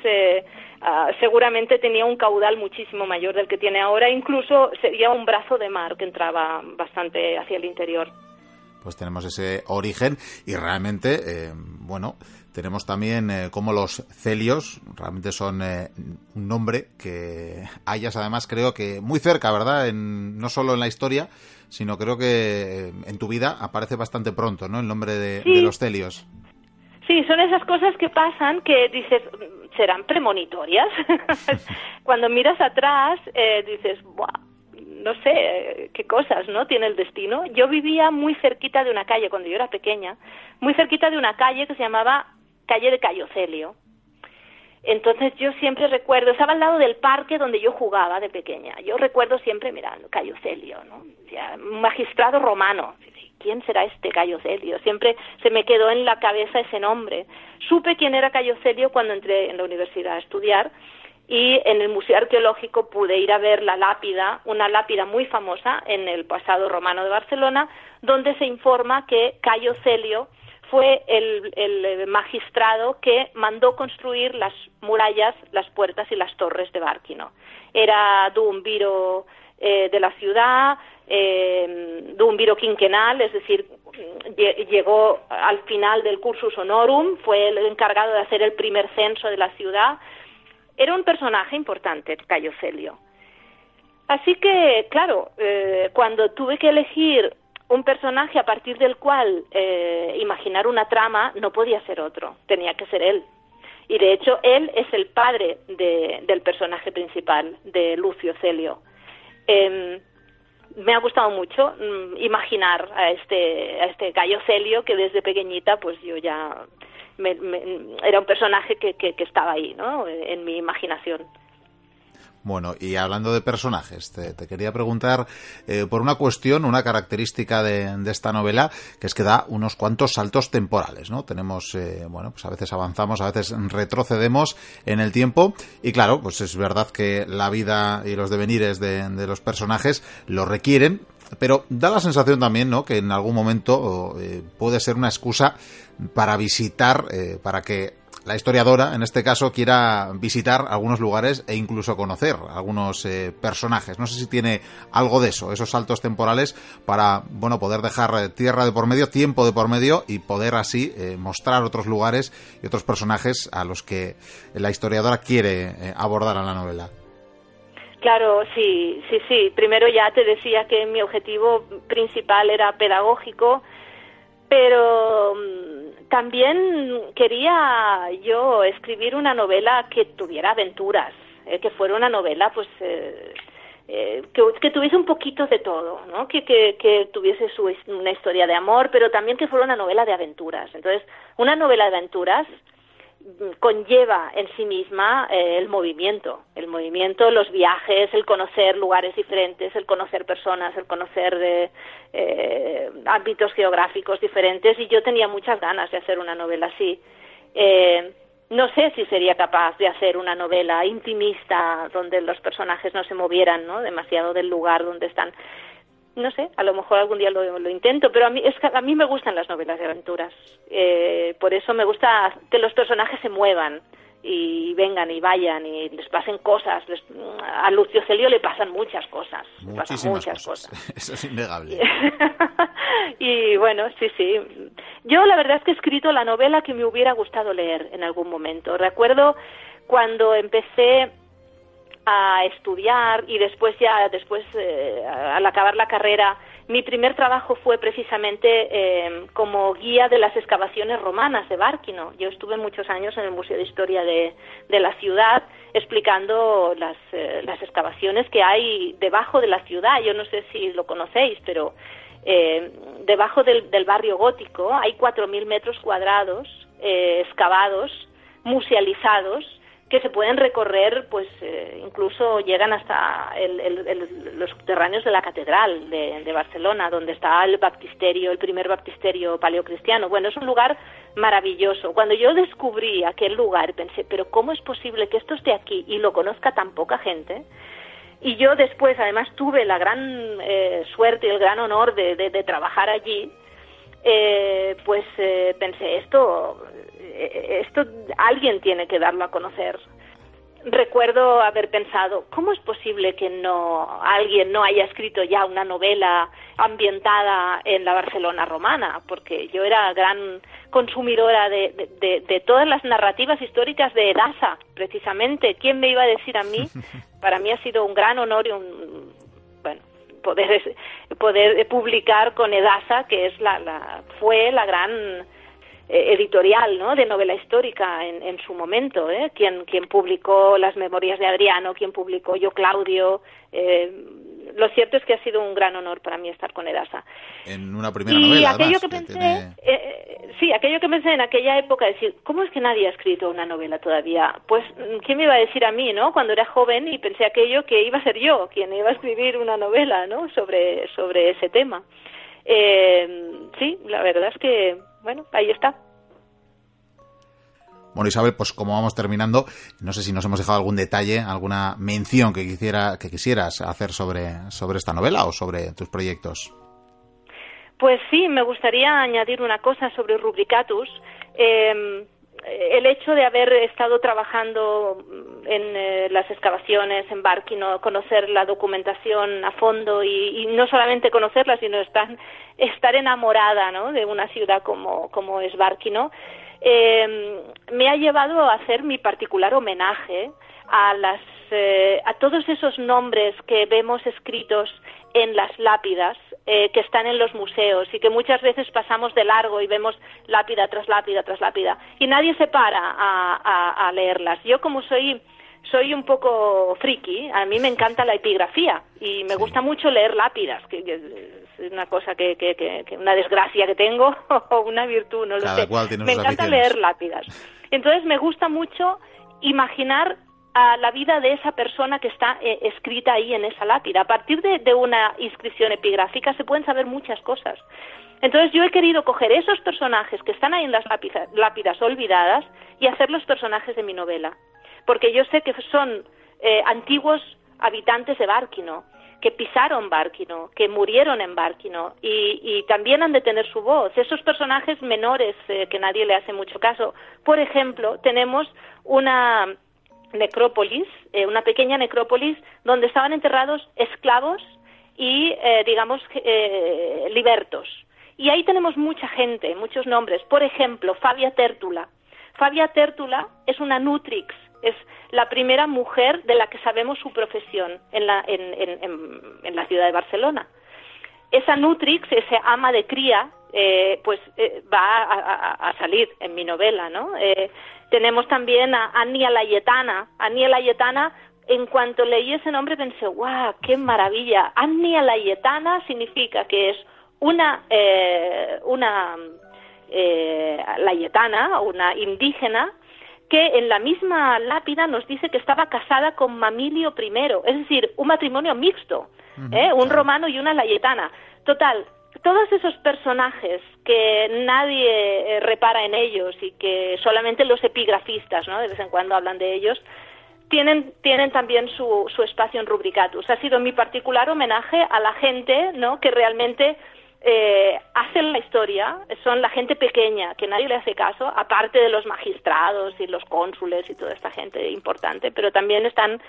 seguramente tenía un caudal muchísimo mayor del que tiene ahora, incluso sería un brazo de mar que entraba bastante hacia el interior. Pues tenemos ese origen y realmente, bueno, tenemos también como los celios realmente son un nombre que hayas además creo que muy cerca, ¿verdad? No solo en la historia, sino creo que en tu vida aparece bastante pronto, ¿no? El nombre de los celios. Sí, son esas cosas que pasan que dices, ¿serán premonitorias? Cuando miras atrás dices, ¡buah! No sé qué cosas, ¿no?, tiene el destino. Yo vivía muy cerquita de una calle, cuando yo era pequeña, muy cerquita de una calle que se llamaba Calle de Cayo Celio. Entonces yo siempre recuerdo, estaba al lado del parque donde yo jugaba de pequeña. Yo recuerdo siempre mirando Cayo Celio, ¿no? Ya, un magistrado romano. ¿Quién será este Cayo Celio? Siempre se me quedó en la cabeza ese nombre. Supe quién era Cayo Celio cuando entré en la universidad a estudiar, y en el Museo Arqueológico pude ir a ver la lápida, una lápida muy famosa en el pasado romano de Barcelona, donde se informa que Cayo Celio fue el magistrado que mandó construir las murallas, las puertas y las torres de Bárquino. Era d'un viro de la ciudad, d'un viro quinquenal, es decir, llegó al final del cursus honorum, fue el encargado de hacer el primer censo de la ciudad. Era un personaje importante, Cayo Celio. Así que, claro, cuando tuve que elegir un personaje a partir del cual imaginar una trama, no podía ser otro, tenía que ser él. Y de hecho, él es el padre del personaje principal, de Lucio Celio. Me ha gustado mucho imaginar a este Cayo Celio, que desde pequeñita, pues yo ya... era un personaje que estaba ahí, ¿no?, en mi imaginación. Bueno, y hablando de personajes, te quería preguntar por una cuestión, una característica de esta novela, que es que da unos cuantos saltos temporales, ¿no? Tenemos, bueno, pues a veces avanzamos, a veces retrocedemos en el tiempo, y claro, pues es verdad que la vida y los devenires de los personajes lo requieren, pero da la sensación también, ¿no?, que en algún momento puede ser una excusa para visitar, para que la historiadora, en este caso, quiera visitar algunos lugares e incluso conocer algunos personajes. No sé si tiene algo de eso, esos saltos temporales para, bueno, poder dejar tierra de por medio, tiempo de por medio, y poder así mostrar otros lugares y otros personajes a los que la historiadora quiere abordar en la novela. Claro, sí. Primero ya te decía que mi objetivo principal era pedagógico, pero también quería yo escribir una novela que tuviera aventuras, que fuera una novela pues que tuviese un poquito de todo, ¿no? Que tuviese una historia de amor, pero también que fuera una novela de aventuras. Entonces, una novela de aventuras conlleva en sí misma el movimiento, los viajes, el conocer lugares diferentes, el conocer personas, el conocer de ámbitos geográficos diferentes, y yo tenía muchas ganas de hacer una novela así. No sé si sería capaz de hacer una novela intimista donde los personajes no se movieran, ¿no?, demasiado del lugar donde están. No sé, a lo mejor algún día lo intento, pero a mí me gustan las novelas de aventuras. Por eso me gusta que los personajes se muevan y vengan y vayan y les pasen cosas. A Lucio Celio le pasan muchas cosas. Muchísimas cosas. Eso es innegable. Y bueno, sí. Yo la verdad es que he escrito la novela que me hubiera gustado leer en algún momento. Recuerdo cuando empecé a estudiar y después al acabar la carrera, mi primer trabajo fue precisamente como guía de las excavaciones romanas de Bárquino. Yo estuve muchos años en el Museo de Historia de la ciudad explicando las excavaciones que hay debajo de la ciudad. Yo no sé si lo conocéis, pero debajo del barrio gótico hay 4.000 metros cuadrados excavados, musealizados, que se pueden recorrer, pues incluso llegan hasta los subterráneos de la catedral de Barcelona, donde está el primer baptisterio paleocristiano. Bueno, es un lugar maravilloso. Cuando yo descubrí aquel lugar, pensé, pero ¿cómo es posible que esto esté aquí y lo conozca tan poca gente? Y yo después, además, tuve la gran suerte y el gran honor de trabajar allí. Pensé, esto alguien tiene que darlo a conocer. Recuerdo haber pensado, ¿cómo es posible que alguien no haya escrito ya una novela ambientada en la Barcelona romana? Porque yo era gran consumidora de todas las narrativas históricas de Edasa, precisamente. ¿Quién me iba a decir a mí? Para mí ha sido un gran honor y poder publicar con Edasa, que es fue la gran editorial, ¿no?, de novela histórica en su momento, quien publicó las Memorias de Adriano, quien publicó Yo Claudio. Lo cierto es que ha sido un gran honor para mí estar con Edasa. En una primera novela, aquello además, que pensé, aquello que pensé en aquella época, decir, ¿cómo es que nadie ha escrito una novela todavía? Pues, ¿quién me iba a decir a mí, no? Cuando era joven y pensé aquello, que iba a ser yo quien iba a escribir una novela, ¿no?, sobre ese tema. Sí, la verdad es que, bueno, ahí está. Bueno, Isabel, pues como vamos terminando, no sé si nos hemos dejado algún detalle, alguna mención que quisieras hacer sobre esta novela o sobre tus proyectos. Pues sí, me gustaría añadir una cosa sobre Rubricatus. El hecho de haber estado trabajando en las excavaciones en Bárquino, conocer la documentación a fondo y no solamente conocerla, sino estar enamorada, ¿no?, de una ciudad como es Bárquino, me ha llevado a hacer mi particular homenaje a todos esos nombres que vemos escritos en las lápidas que están en los museos y que muchas veces pasamos de largo y vemos lápida tras lápida tras lápida y nadie se para a leerlas. Yo, como soy un poco friki, a mí me encanta la epigrafía y me gusta mucho leer lápidas, que es una cosa que una desgracia que tengo o una virtud, no lo sé. Me encanta leer lápidas. Entonces me gusta mucho imaginar a la vida de esa persona que está escrita ahí en esa lápida. A partir de una inscripción epigráfica se pueden saber muchas cosas. Entonces yo he querido coger esos personajes que están ahí en las lápidas olvidadas y hacer los personajes de mi novela. Porque yo sé que son antiguos habitantes de Bárquino, que pisaron Bárquino, que murieron en Bárquino y también han de tener su voz. Esos personajes menores que nadie le hace mucho caso. Por ejemplo, tenemos una necrópolis, una pequeña necrópolis donde estaban enterrados esclavos y, libertos. Y ahí tenemos mucha gente, muchos nombres. Por ejemplo, Fabia Tértula. Fabia Tértula es una nutrix, es la primera mujer de la que sabemos su profesión en la ciudad de Barcelona. Esa nutrix, esa ama de cría, va a salir en mi novela, ¿no? Tenemos también a Annia Layetana. Annia Layetana, en cuanto leí ese nombre pensé, ¡guau, qué maravilla! Annia Layetana significa que es una layetana, una indígena, que en la misma lápida nos dice que estaba casada con Mamilio I, es decir, un matrimonio mixto, un romano y una layetana. Total, todos esos personajes que nadie repara en ellos y que solamente los epigrafistas, ¿no?, de vez en cuando hablan de ellos, tienen también su espacio en Rubricatus. Ha sido mi particular homenaje a la gente, ¿no?, que realmente hacen la historia, son la gente pequeña, que nadie le hace caso, aparte de los magistrados y los cónsules y toda esta gente importante, pero también están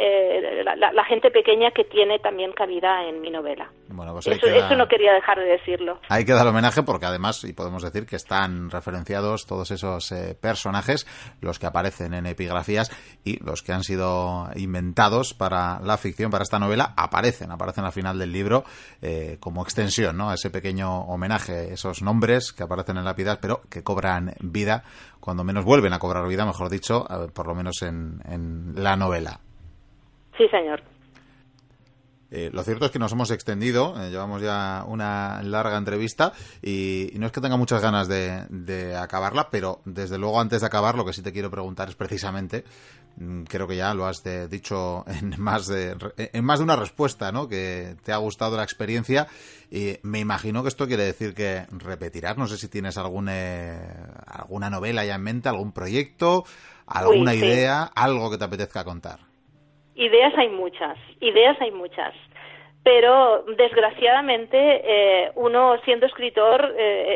la gente pequeña que tiene también cabida en mi novela. Bueno, pues eso no quería dejar de decirlo. Hay que dar homenaje porque además, y podemos decir que están referenciados todos esos personajes, los que aparecen en epigrafías y los que han sido inventados para la ficción, para esta novela, aparecen al final del libro como extensión, ¿no? Ese pequeño homenaje, esos nombres que aparecen en lápidas, pero que cobran vida, cuando menos vuelven a cobrar vida, mejor dicho, por lo menos en la novela. Sí, señor. Lo cierto es que nos hemos extendido, llevamos ya una larga entrevista y no es que tenga muchas ganas de acabarla, pero desde luego antes de acabar lo que sí te quiero preguntar es precisamente, creo que ya lo has dicho en más de una respuesta, ¿no? Que te ha gustado la experiencia y me imagino que esto quiere decir que repetirás. No sé si tienes alguna novela ya en mente, algún proyecto, alguna idea, algo que te apetezca contar. Ideas hay muchas, pero desgraciadamente uno siendo escritor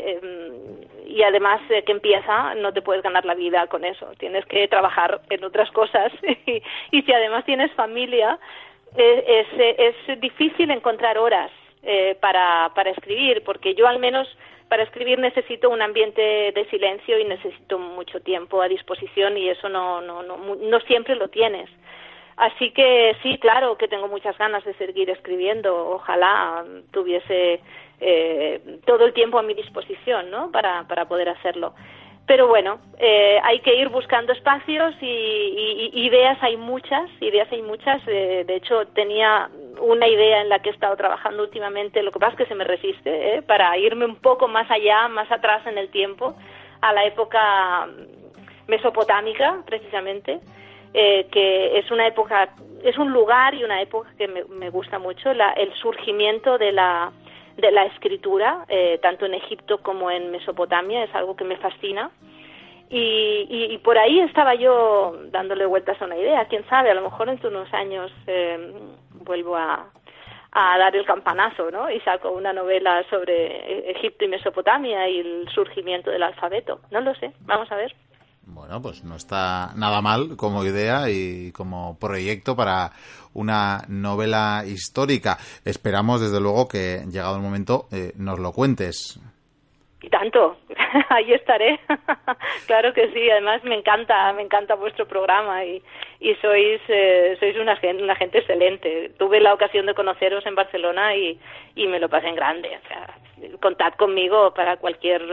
y además que empieza, no te puedes ganar la vida con eso, tienes que trabajar en otras cosas y si además tienes familia es difícil encontrar horas para escribir, porque yo al menos para escribir necesito un ambiente de silencio y necesito mucho tiempo a disposición y eso no siempre lo tienes. Así que sí, claro que tengo muchas ganas de seguir escribiendo. Ojalá tuviese todo el tiempo a mi disposición, ¿no? Para poder hacerlo. Pero bueno, hay que ir buscando espacios y ideas hay muchas. De hecho, tenía una idea en la que he estado trabajando últimamente. Lo que pasa es que se me resiste, para irme un poco más allá, más atrás en el tiempo, a la época mesopotámica, precisamente. Que es una época, es un lugar y una época que me gusta mucho, el surgimiento de la escritura, tanto en Egipto como en Mesopotamia, es algo que me fascina. Y por ahí estaba yo dándole vueltas a una idea, quién sabe, a lo mejor en unos años vuelvo a dar el campanazo, ¿no? Y saco una novela sobre Egipto y Mesopotamia y el surgimiento del alfabeto. No lo sé, vamos a ver. Bueno, pues no está nada mal como idea y como proyecto para una novela histórica. Esperamos, desde luego, que llegado el momento nos lo cuentes. Y tanto, ahí estaré. Claro que sí, además me encanta vuestro programa y sois una gente excelente. Tuve la ocasión de conoceros en Barcelona y me lo pasé en grande. O sea, contad conmigo para cualquier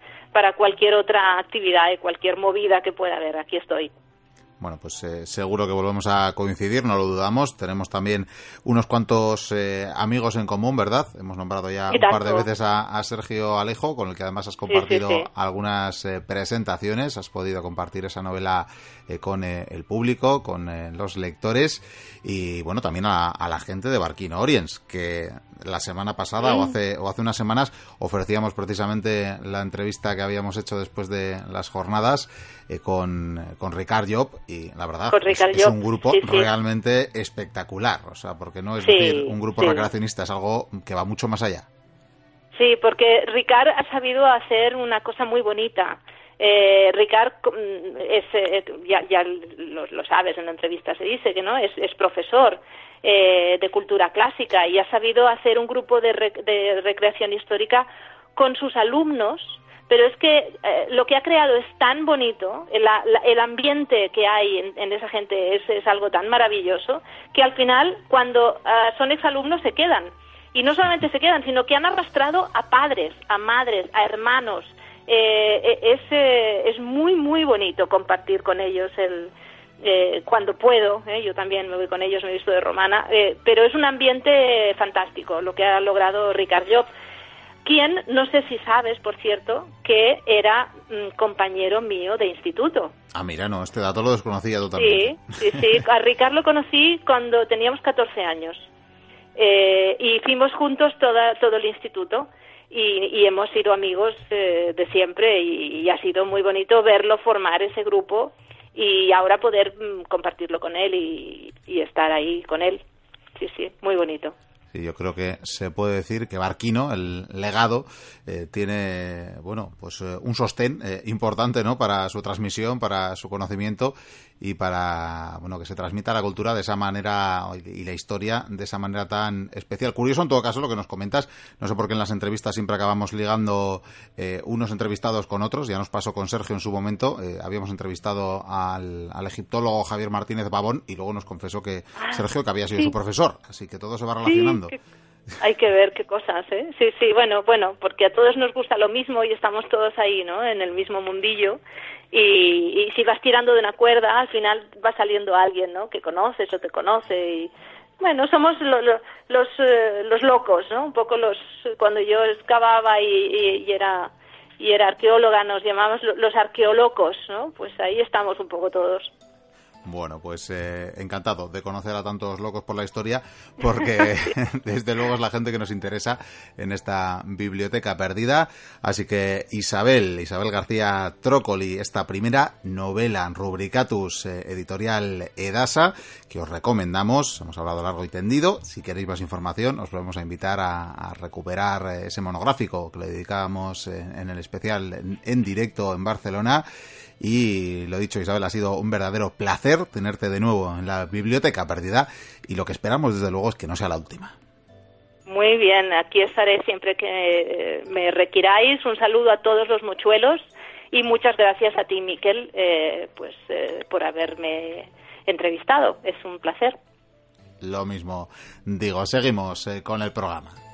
otra actividad y cualquier movida que pueda haber. Aquí estoy. Bueno, pues seguro que volvemos a coincidir, no lo dudamos. Tenemos también unos cuantos amigos en común, ¿verdad? Hemos nombrado ya un par de veces a Sergio Alejo, con el que además has compartido algunas presentaciones. Has podido compartir esa novela con el público, con los lectores y, bueno, también a la gente de Barquino Oriens, que la semana pasada o hace unas semanas ofrecíamos precisamente la entrevista que habíamos hecho después de las jornadas con Ricard Llop, y la verdad es un grupo realmente espectacular, o sea, porque no es decir un grupo recreacionista, es algo que va mucho más allá. Sí, porque Ricard ha sabido hacer una cosa muy bonita. Ricard ya lo sabes, en la entrevista se dice que no es profesor de cultura clásica y ha sabido hacer un grupo de recreación histórica con sus alumnos, pero es que lo que ha creado es tan bonito, el ambiente que hay en esa gente es algo tan maravilloso, que al final cuando son exalumnos se quedan, y no solamente se quedan, sino que han arrastrado a padres, a madres, a hermanos. Es muy muy bonito compartir con ellos cuando puedo, yo también me voy con ellos, me he visto de romana, pero es un ambiente fantástico lo que ha logrado Ricard Llop, quien, no sé si sabes, por cierto, que era compañero mío de instituto. Ah, mira, no, este dato lo desconocía totalmente. Sí, a Ricard lo conocí cuando teníamos 14 años y fuimos juntos todo el instituto. Y hemos sido amigos de siempre y ha sido muy bonito verlo formar ese grupo y ahora poder compartirlo con él y estar ahí con él. Sí, muy bonito. Y yo creo que se puede decir que Barquino, el legado, tiene, bueno, pues un sostén importante, ¿no?, para su transmisión, para su conocimiento y para, bueno, que se transmita la cultura de esa manera y la historia de esa manera tan especial. Curioso, en todo caso, lo que nos comentas. No sé por qué en las entrevistas siempre acabamos ligando unos entrevistados con otros. Ya nos pasó con Sergio en su momento. Habíamos entrevistado al egiptólogo Javier Martínez Babón y luego nos confesó que Sergio, que había sido su profesor. Así que todo se va relacionando. Sí, hay que ver qué cosas, ¿eh? Sí, bueno, porque a todos nos gusta lo mismo y estamos todos ahí, ¿no?, en el mismo mundillo. Y si vas tirando de una cuerda, al final va saliendo alguien, ¿no?, que conoces o te conoce. Y bueno, somos los locos, ¿no? Un poco cuando yo excavaba y era arqueóloga, nos llamábamos los arqueolocos, ¿no? Pues ahí estamos un poco todos. Bueno, pues encantado de conocer a tantos locos por la historia, porque desde luego es la gente que nos interesa en esta biblioteca perdida. Así que Isabel García Trócoli, esta primera novela Rubricatus, editorial Edasa, que os recomendamos. Hemos hablado largo y tendido. Si queréis más información, os volvemos a invitar a recuperar ese monográfico que le dedicábamos en el especial en directo en Barcelona. Y lo dicho, Isabel, ha sido un verdadero placer tenerte de nuevo en la biblioteca perdida, y lo que esperamos desde luego es que no sea la última. Muy bien, aquí estaré siempre que me requiráis. Un saludo a todos los mochuelos y muchas gracias a ti, Miquel, por haberme entrevistado. Es un placer. Lo mismo digo, seguimos con el programa.